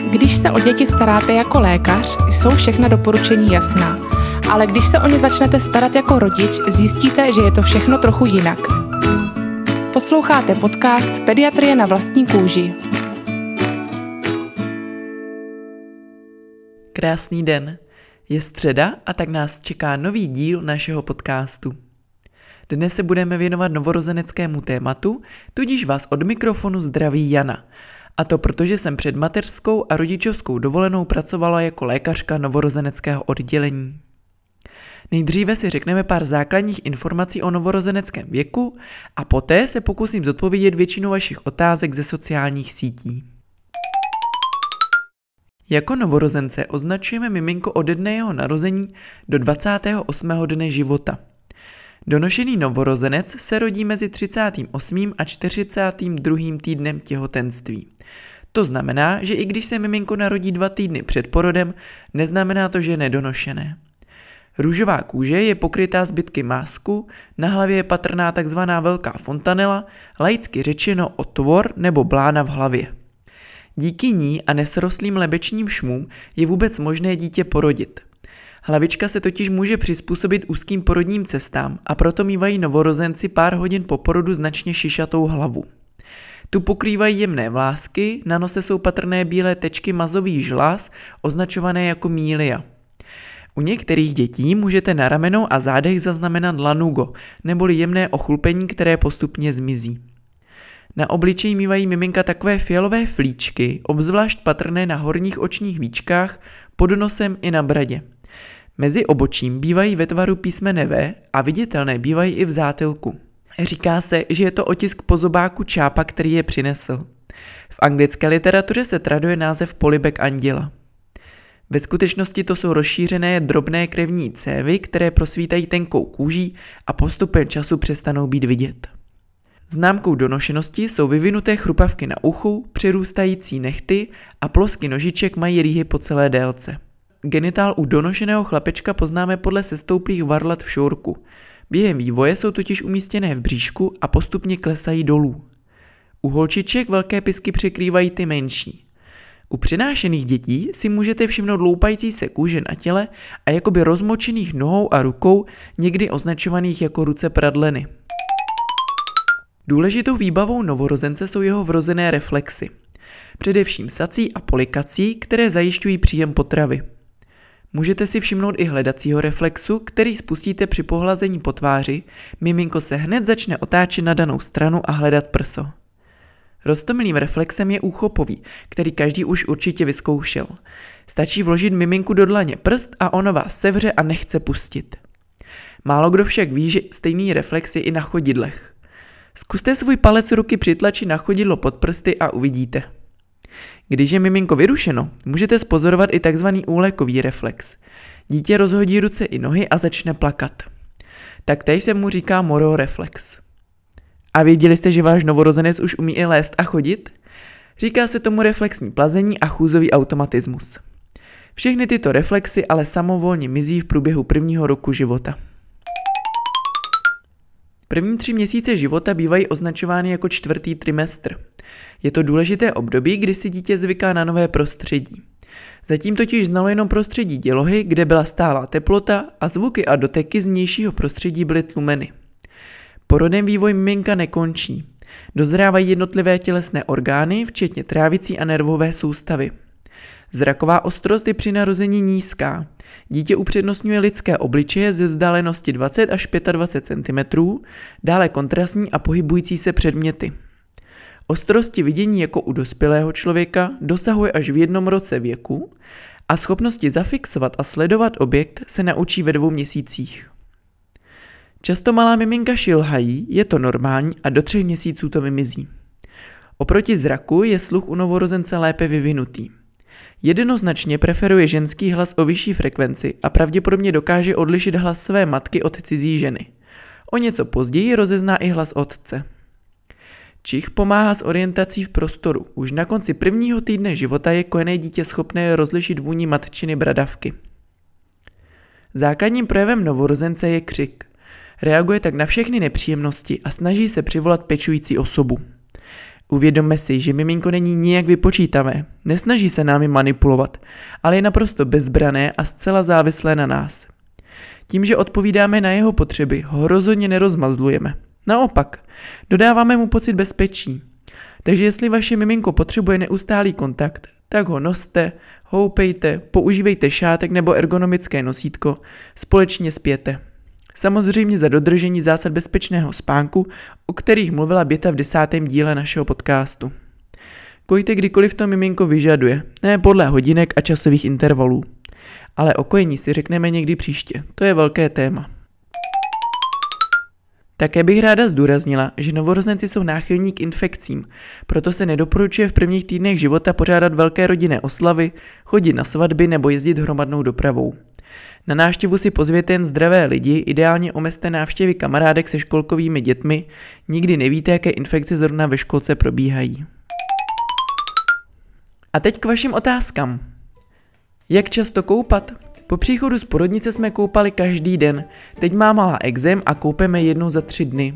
Když se o děti staráte jako lékař, jsou všechna doporučení jasná. Ale když se o ně začnete starat jako rodič, zjistíte, že je to všechno trochu jinak. Posloucháte podcast Pediatrie na vlastní kůži. Krásný den. Je středa a tak nás čeká nový díl našeho podcastu. Dnes se budeme věnovat novorozeneckému tématu, tudíž vás od mikrofonu zdraví Jana. A to protože jsem před mateřskou a rodičovskou dovolenou pracovala jako lékařka novorozeneckého oddělení. Nejdříve si řekneme pár základních informací o novorozeneckém věku a poté se pokusím zodpovědět většinu vašich otázek ze sociálních sítí. Jako novorozence označujeme miminko ode dne jeho narození do 28. dne života. Donošený novorozenec se rodí mezi 38. a 42. týdnem těhotenství. To znamená, že i když se miminko narodí 2 týdny před porodem, neznamená to, že je nedonošené. Růžová kůže je pokrytá zbytky másku, na hlavě je patrná tzv. Velká fontanela, laicky řečeno otvor nebo blána v hlavě. Díky ní a nesrostlým lebečním šmům je vůbec možné dítě porodit. Hlavička se totiž může přizpůsobit úzkým porodním cestám a proto mívají novorozenci pár hodin po porodu značně šišatou hlavu. Tu pokrývají jemné vlásky, na nose jsou patrné bílé tečky mazových žláz, označované jako mýlia. U některých dětí můžete na ramenou a zádech zaznamenat lanugo, neboli jemné ochlupení, které postupně zmizí. Na obličeji mívají miminka takové fialové flíčky, obzvlášť patrné na horních očních víčkách, pod nosem i na bradě. Mezi obočím bývají ve tvaru písmene V a viditelné bývají i v zátylku. Říká se, že je to otisk pozobáku čápa, který je přinesl. V anglické literatuře se traduje název polibek anděla. Ve skutečnosti to jsou rozšířené drobné krevní cévy, které prosvítají tenkou kůží a postupem času přestanou být vidět. Známkou donošenosti jsou vyvinuté chrupavky na uchu, přirůstající nehty a plosky nožiček mají rýhy po celé délce. Genitál u donošeného chlapečka poznáme podle sestouplých varlat v šourku. Během vývoje jsou totiž umístěné v bříšku a postupně klesají dolů. U holčiček velké pisky překrývají ty menší. U přenášených dětí si můžete všimnout loupající se kůže na těle a jakoby rozmočených nohou a rukou, někdy označovaných jako ruce pradleny. Důležitou výbavou novorozence jsou jeho vrozené reflexy. Především sací a polikací, které zajišťují příjem potravy. Můžete si všimnout i hledacího reflexu, který spustíte při pohlazení po tváři, miminko se hned začne otáčet na danou stranu a hledat prso. Roztomilým reflexem je úchopový, který každý už určitě vyzkoušel. Stačí vložit miminku do dlaně prst a ono vás sevře a nechce pustit. Málo kdo však ví, že stejný reflex je i na chodidlech. Zkuste svůj palec ruky přitlačit na chodidlo pod prsty a uvidíte. Když je miminko vyrušeno, můžete zpozorovat i tzv. Úlekový reflex. Dítě rozhodí ruce i nohy a začne plakat. Taktéž se mu říká Moro reflex. A věděli jste, že váš novorozenec už umí i lézt a chodit? Říká se tomu reflexní plazení a chůzový automatismus. Všechny tyto reflexy ale samovolně mizí v průběhu prvního roku života. První 3 měsíce života bývají označovány jako 4. trimestr. Je to důležité období, kdy si dítě zvyká na nové prostředí. Zatím totiž znalo jenom prostředí dělohy, kde byla stálá teplota a zvuky a doteky z vnějšího prostředí byly tlumeny. Porodem vývoj miminka nekončí. Dozrávají jednotlivé tělesné orgány, včetně trávicí a nervové soustavy. Zraková ostrost je při narození nízká. Dítě upřednostňuje lidské obličeje ze vzdálenosti 20 až 25 cm, dále kontrastní a pohybující se předměty. Ostrosti vidění jako u dospělého člověka dosahuje až v 1 roce věku a schopnosti zafixovat a sledovat objekt se naučí ve 2 měsících. Často malá miminka šilhají, je to normální a do 3 měsíců to vymizí. Oproti zraku je sluch u novorozence lépe vyvinutý. Jednoznačně preferuje ženský hlas o vyšší frekvenci a pravděpodobně dokáže odlišit hlas své matky od cizí ženy. O něco později rozezná i hlas otce. Čich pomáhá s orientací v prostoru. Už na konci 1. týdne života je kojené dítě schopné rozlišit vůni matčiny bradavky. Základním projevem novorozence je křik. Reaguje tak na všechny nepříjemnosti a snaží se přivolat pečující osobu. Uvědomme si, že miminko není nijak vypočítavé, nesnaží se námi manipulovat, ale je naprosto bezbrané a zcela závislé na nás. Tím, že odpovídáme na jeho potřeby, ho rozhodně nerozmazlujeme. Naopak, dodáváme mu pocit bezpečí. Takže jestli vaše miminko potřebuje neustálý kontakt, tak ho noste, houpejte, používejte šátek nebo ergonomické nosítko, společně spěte. Samozřejmě za dodržení zásad bezpečného spánku, o kterých mluvila Běta v 10. díle našeho podcastu. Kojte kdykoliv to miminko vyžaduje, ne podle hodinek a časových intervalů. Ale o kojení si řekneme někdy příště, to je velké téma. Také bych ráda zdůraznila, že novorozenci jsou náchylní k infekcím, proto se nedoporučuje v prvních týdnech života pořádat velké rodinné oslavy, chodit na svatby nebo jezdit hromadnou dopravou. Na návštěvu si pozvěte jen zdravé lidi, ideálně omezte návštěvy kamarádek se školkovými dětmi, nikdy nevíte, jaké infekce zrovna ve školce probíhají. A teď k vašim otázkám. Jak často koupat? Po příchodu z porodnice jsme koupali každý den, teď má malá exém a koupeme jednou za 3 dny.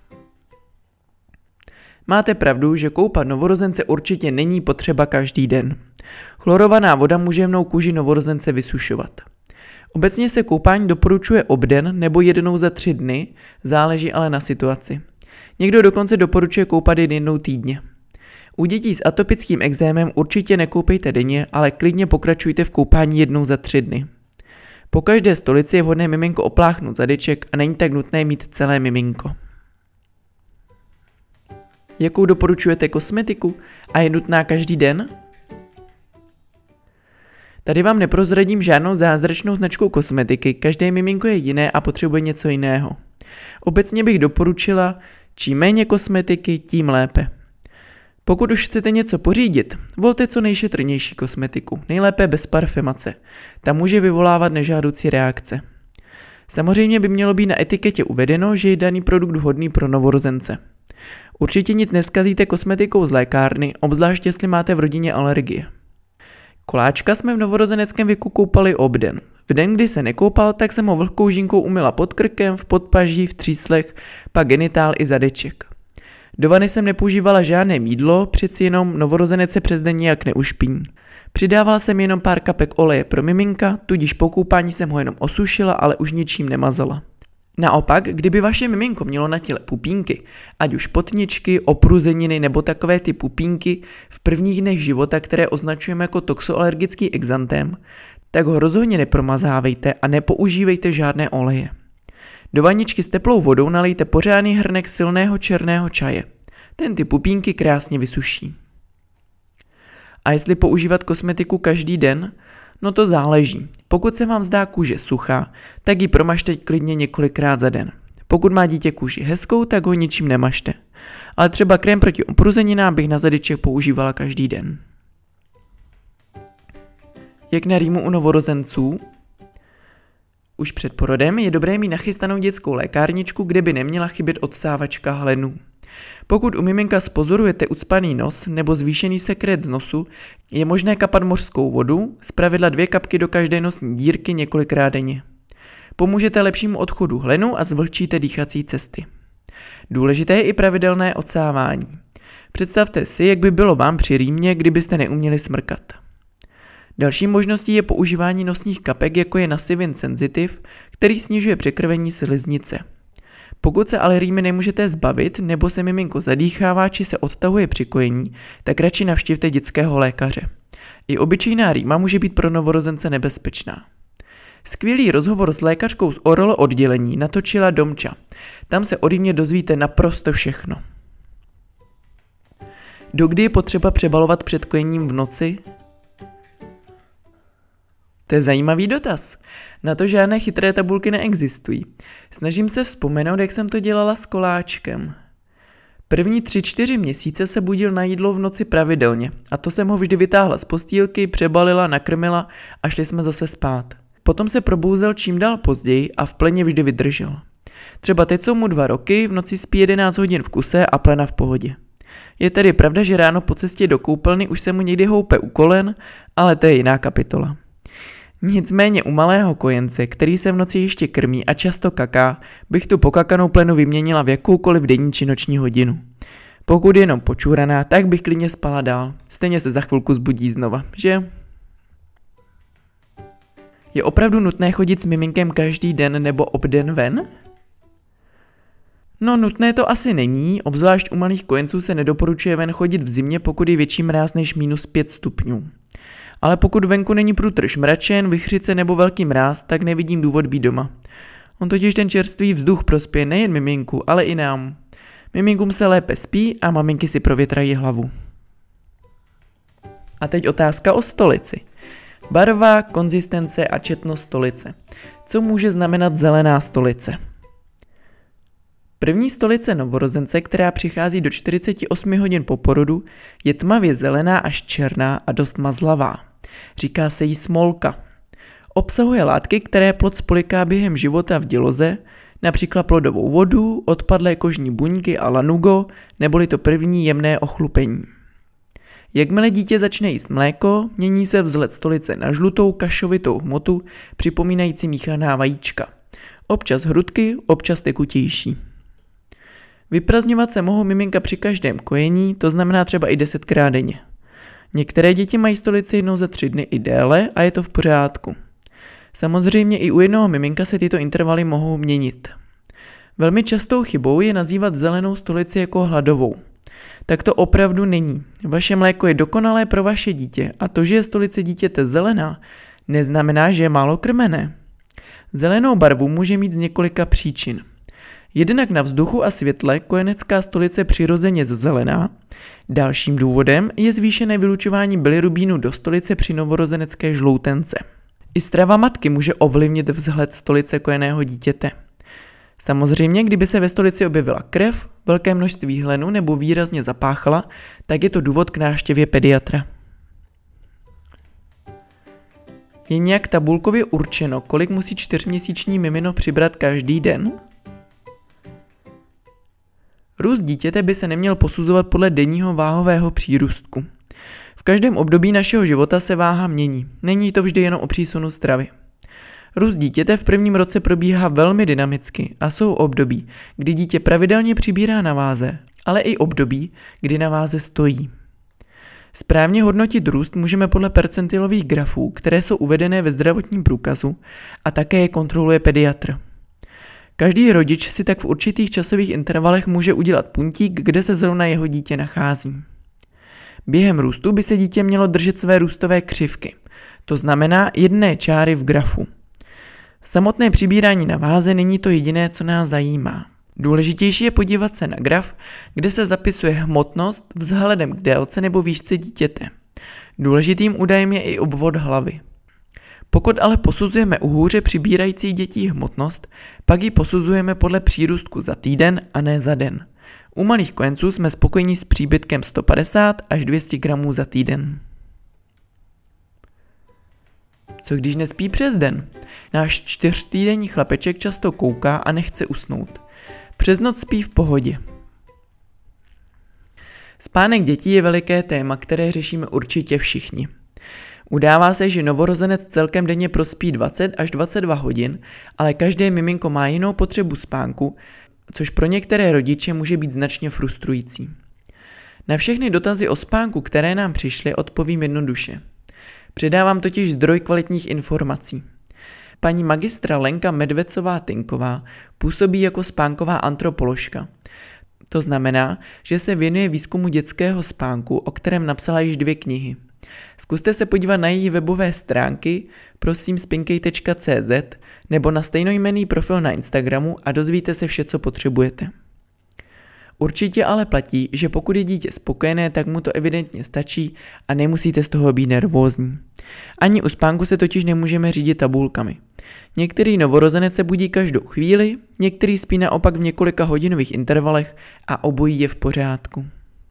Máte pravdu, že koupat novorozence určitě není potřeba každý den. Chlorovaná voda může jemnou kůži novorozence vysušovat. Obecně se koupání doporučuje obden nebo jednou za 3 dny, záleží ale na situaci. Někdo dokonce doporučuje koupat jen jednou týdně. U dětí s atopickým ekzémem určitě nekoupejte denně, ale klidně pokračujte v koupání jednou za 3 dny. Po každé stolici je vhodné miminko opláchnout zadeček a není tak nutné mít celé miminko. Jakou doporučujete kosmetiku a je nutná každý den? Tady vám neprozradím žádnou zázračnou značku kosmetiky, každé miminko je jiné a potřebuje něco jiného. Obecně bych doporučila, čím méně kosmetiky, tím lépe. Pokud už chcete něco pořídit, volte co nejšetrnější kosmetiku, nejlépe bez parfemace. Ta může vyvolávat nežádoucí reakce. Samozřejmě by mělo být na etiketě uvedeno, že je daný produkt vhodný pro novorozence. Určitě nic neskazíte kosmetikou z lékárny, obzvlášť jestli máte v rodině alergie. Koláčka jsme v novorozeneckém věku koupali obden. V den, kdy se nekoupal, tak jsem ho vlhkou žínkou umyla pod krkem, v podpaží, v tříslech, pak genitál i zadeček. Do vany jsem nepoužívala žádné mýdlo, přeci jenom novorozenec se přes den nijak neušpiní. Přidávala jsem jenom pár kapek oleje pro miminka, tudíž po koupání jsem ho jenom osušila, ale už ničím nemazala. Naopak, kdyby vaše miminko mělo na těle pupínky, ať už potničky, opruzeniny nebo takové ty pupínky v prvních dnech života, které označujeme jako toxoalergický exantém, tak ho rozhodně nepromazávejte a nepoužívejte žádné oleje. Do vaničky s teplou vodou nalijte pořádný hrnek silného černého čaje. Ten ty pupínky krásně vysuší. A jestli používat kosmetiku každý den? No to záleží. Pokud se vám zdá kůže suchá, tak ji promažte klidně několikrát za den. Pokud má dítě kůži hezkou, tak ho ničím nemažte. Ale třeba krém proti opruzeninám bych na zadeček používala každý den. Jak na rýmu u novorozenců? Už před porodem je dobré mít nachystanou dětskou lékárničku, kde by neměla chybět odsávačka hlenů. Pokud u miminka spozorujete ucpaný nos nebo zvýšený sekret z nosu, je možné kapat mořskou vodu, zpravidla 2 kapky do každé nosní dírky několikrát denně. Pomůžete lepšímu odchodu hlenu a zvlhčíte dýchací cesty. Důležité je i pravidelné odsávání. Představte si, jak by bylo vám při rýmě, kdybyste neuměli smrkat. Další možností je používání nosních kapek, jako je Nasivin Sensitive, který snižuje překrvení sliznice. Pokud se ale rýmy nemůžete zbavit, nebo se miminko zadýchává, či se odtahuje při kojení, tak radši navštivte dětského lékaře. I obyčejná rýma může být pro novorozence nebezpečná. Skvělý rozhovor s lékařkou z orolo oddělení natočila Domča. Tam se o rýmě dozvíte naprosto všechno. Dokdy je potřeba přebalovat před kojením v noci? To je zajímavý dotaz. Na to žádné chytré tabulky neexistují. Snažím se vzpomenout, jak jsem to dělala s koláčkem. První 3-4 měsíce se budil na jídlo v noci pravidelně a to jsem ho vždy vytáhla z postýlky, přebalila, nakrmila a šli jsme zase spát. Potom se probouzel čím dál později a v pleně vždy vydržel. Třeba teď jsou mu 2 roky, v noci spí 11 hodin v kuse a plena v pohodě. Je tedy pravda, že ráno po cestě do koupelny už se mu někdy houpe u kolen, ale to je jiná kapitola. Nicméně u malého kojence, který se v noci ještě krmí a často kaká, bych tu pokakanou plenu vyměnila v jakoukoliv denní či noční hodinu. Pokud je jenom počuraná, tak bych klidně spala dál. Stejně se za chvilku zbudí znova, že? Je opravdu nutné chodit s miminkem každý den nebo obden ven? No, nutné to asi není, obzvlášť u malých kojenců se nedoporučuje ven chodit v zimě, pokud je větší mráz než -5 stupňů. Ale pokud venku není průtrž mračen, vichřice nebo velký mráz, tak nevidím důvod být doma. On totiž ten čerstvý vzduch prospěje nejen miminku, ale i nám. Miminkům se lépe spí a maminky si provětrají hlavu. A teď otázka o stolici. Barva, konzistence a četnost stolice. Co může znamenat zelená stolice? První stolice novorozence, která přichází do 48 hodin po porodu, je tmavě zelená až černá a dost mazlavá. Říká se jí smolka. Obsahuje látky, které plod spoliká během života v děloze, například plodovou vodu, odpadlé kožní buňky a lanugo, neboli to první jemné ochlupení. Jakmile dítě začne jíst mléko, mění se vzhled stolice na žlutou kašovitou hmotu, připomínající míchaná vajíčka. Občas hrudky, občas tekutější. Vyprazňovat se mohou miminka při každém kojení, to znamená třeba i 10krát denně. Některé děti mají stolici jednou za 3 dny i déle a je to v pořádku. Samozřejmě i u jednoho miminka se tyto intervaly mohou měnit. Velmi častou chybou je nazývat zelenou stolici jako hladovou. Tak to opravdu není. Vaše mléko je dokonalé pro vaše dítě a to, že je stolice dítěte zelená, neznamená, že je málo krmené. Zelenou barvu může mít z několika příčin. Jednak na vzduchu a světle kojenecká stolice přirozeně zelená. Dalším důvodem je zvýšené vylučování bilirubínu do stolice při novorozenecké žloutence. I strava matky může ovlivnit vzhled stolice kojeného dítěte. Samozřejmě, kdyby se ve stolici objevila krev, velké množství hlenu nebo výrazně zapáchala, tak je to důvod k návštěvě pediatra. Je nějak tabulkově určeno, kolik musí 4měsíční mimino přibrat každý den? Růst dítěte by se neměl posuzovat podle denního váhového přírůstku. V každém období našeho života se váha mění, není to vždy jenom o přísunu stravy. Růst dítěte v prvním roce probíhá velmi dynamicky a jsou období, kdy dítě pravidelně přibírá na váze, ale i období, kdy na váze stojí. Správně hodnotit růst můžeme podle percentilových grafů, které jsou uvedené ve zdravotním průkazu a také je kontroluje pediatr. Každý rodič si tak v určitých časových intervalech může udělat puntík, kde se zrovna jeho dítě nachází. Během růstu by se dítě mělo držet své růstové křivky, to znamená jedné čáry v grafu. Samotné přibírání na váze není to jediné, co nás zajímá. Důležitější je podívat se na graf, kde se zapisuje hmotnost vzhledem k délce nebo výšce dítěte. Důležitým údajem je i obvod hlavy. Pokud ale posuzujeme u hůře přibírajících dětí hmotnost, pak ji posuzujeme podle přírůstku za týden a ne za den. U malých kojenců jsme spokojení s příbytkem 150 až 200 gramů za týden. Co když nespí přes den? Náš 4týdenní chlapeček často kouká a nechce usnout. Přes noc spí v pohodě. Spánek dětí je veliké téma, které řešíme určitě všichni. Udává se, že novorozenec celkem denně prospí 20 až 22 hodin, ale každé miminko má jinou potřebu spánku, což pro některé rodiče může být značně frustrující. Na všechny dotazy o spánku, které nám přišly, odpovím jednoduše. Předávám totiž zdroj kvalitních informací. Paní magistra Lenka Medvecová-Tynková působí jako spánková antropoložka. To znamená, že se věnuje výzkumu dětského spánku, o kterém napsala již 2 knihy. Zkuste se podívat na její webové stránky prosím spinkej.cz nebo na stejnojmenný profil na Instagramu a dozvíte se vše, co potřebujete. Určitě ale platí, že pokud je dítě spokojené, tak mu to evidentně stačí a nemusíte z toho být nervózní. Ani u spánku se totiž nemůžeme řídit tabulkami. Některý novorozenec se budí každou chvíli, některý spí naopak v několika hodinových intervalech a obojí je v pořádku.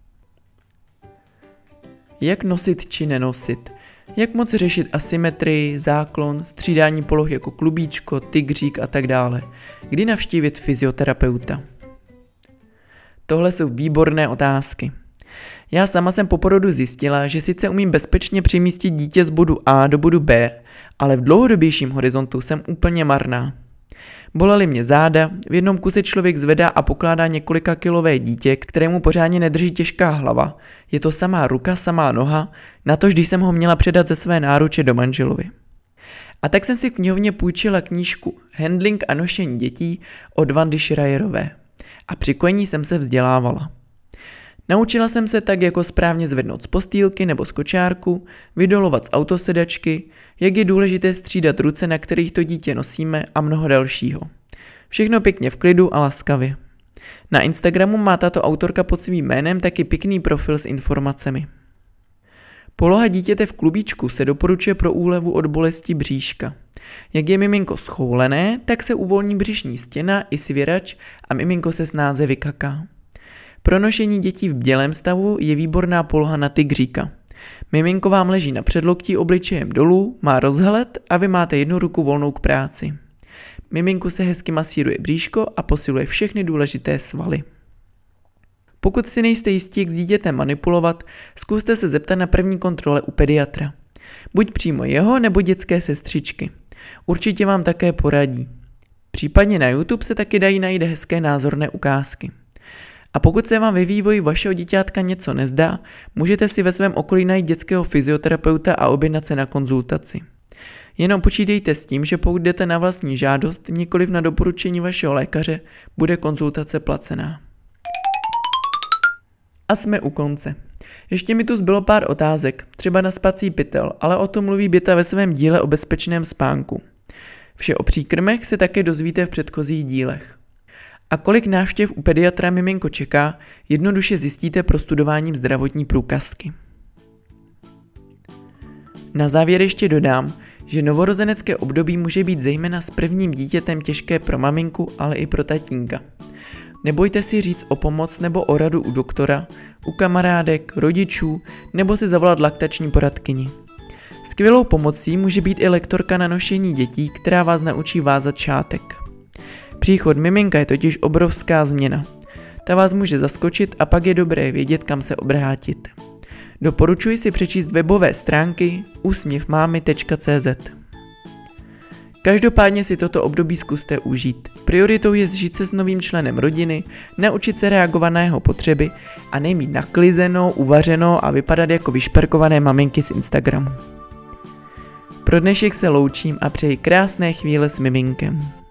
Jak nosit či nenosit? Jak moc řešit asymetrii, záklon, střídání poloh jako klubíčko, tygřík a tak dále? Kdy navštívit fyzioterapeuta? Tohle jsou výborné otázky. Já sama jsem po porodu zjistila, že sice umím bezpečně přemístit dítě z bodu A do bodu B, ale v dlouhodobějším horizontu jsem úplně marná. Bolely mě záda, v jednom kuse člověk zvedá a pokládá několika kilové dítě, kterému pořádně nedrží těžká hlava. Je to samá ruka, samá noha, natož když jsem ho měla předat ze své náruče do manželovi. A tak jsem si v knihovně půjčila knížku Handling a nošení dětí od Wandy Schreierové. A při kojení jsem se vzdělávala. Naučila jsem se tak, jako správně zvednout z postýlky nebo z kočárku, vydolovat z autosedačky, jak je důležité střídat ruce, na kterých to dítě nosíme a mnoho dalšího. Všechno pěkně v klidu a laskavě. Na Instagramu má tato autorka pod svým jménem taky pěkný profil s informacemi. Poloha dítěte v klubíčku se doporučuje pro úlevu od bolesti bříška. Jak je miminko schoulené, tak se uvolní břišní stěna i svěrač a miminko se snáze vykaká. Pro nošení dětí v bdělém stavu je výborná poloha na tygříka. Miminko vám leží na předloktí obličejem dolů, má rozhled a vy máte jednu ruku volnou k práci. Miminku se hezky masíruje bříško a posiluje všechny důležité svaly. Pokud si nejste jistí, jak s dítětem manipulovat, zkuste se zeptat na první kontrole u pediatra. Buď přímo jeho nebo dětské sestřičky. Určitě vám také poradí. Případně na YouTube se taky dají najít hezké názorné ukázky. A pokud se vám ve vývoji vašeho díťátka něco nezdá, můžete si ve svém okolí najít dětského fyzioterapeuta a objednat se na konzultaci. Jenom počítejte s tím, že pokud jdete na vlastní žádost, nikoliv na doporučení vašeho lékaře, bude konzultace placená. A jsme u konce. Ještě mi tu zbylo pár otázek, třeba na spací pytel, ale o tom mluví Běta ve svém díle o bezpečném spánku. Vše o příkrmech se také dozvíte v předchozích dílech. A kolik návštěv u pediatra miminko čeká, jednoduše zjistíte prostudováním zdravotní průkazky. Na závěr ještě dodám, že novorozenecké období může být zejména s prvním dítětem těžké pro maminku, ale i pro tatínka. Nebojte si říct o pomoc nebo o radu u doktora, u kamarádek, rodičů nebo si zavolat laktační poradkyni. Skvělou pomocí může být i lektorka na nošení dětí, která vás naučí vázat šátek. Příchod miminka je totiž obrovská změna. Ta vás může zaskočit a pak je dobré vědět, kam se obrátit. Doporučuji si přečíst webové stránky usměvmámy.cz. Každopádně si toto období zkuste užít. Prioritou je zžít se s novým členem rodiny, naučit se reagovat na jeho potřeby a nemít naklizenou, uvařenou a vypadat jako vyšperkované maminky z Instagramu. Pro dnešek se loučím a přeji krásné chvíle s miminkem.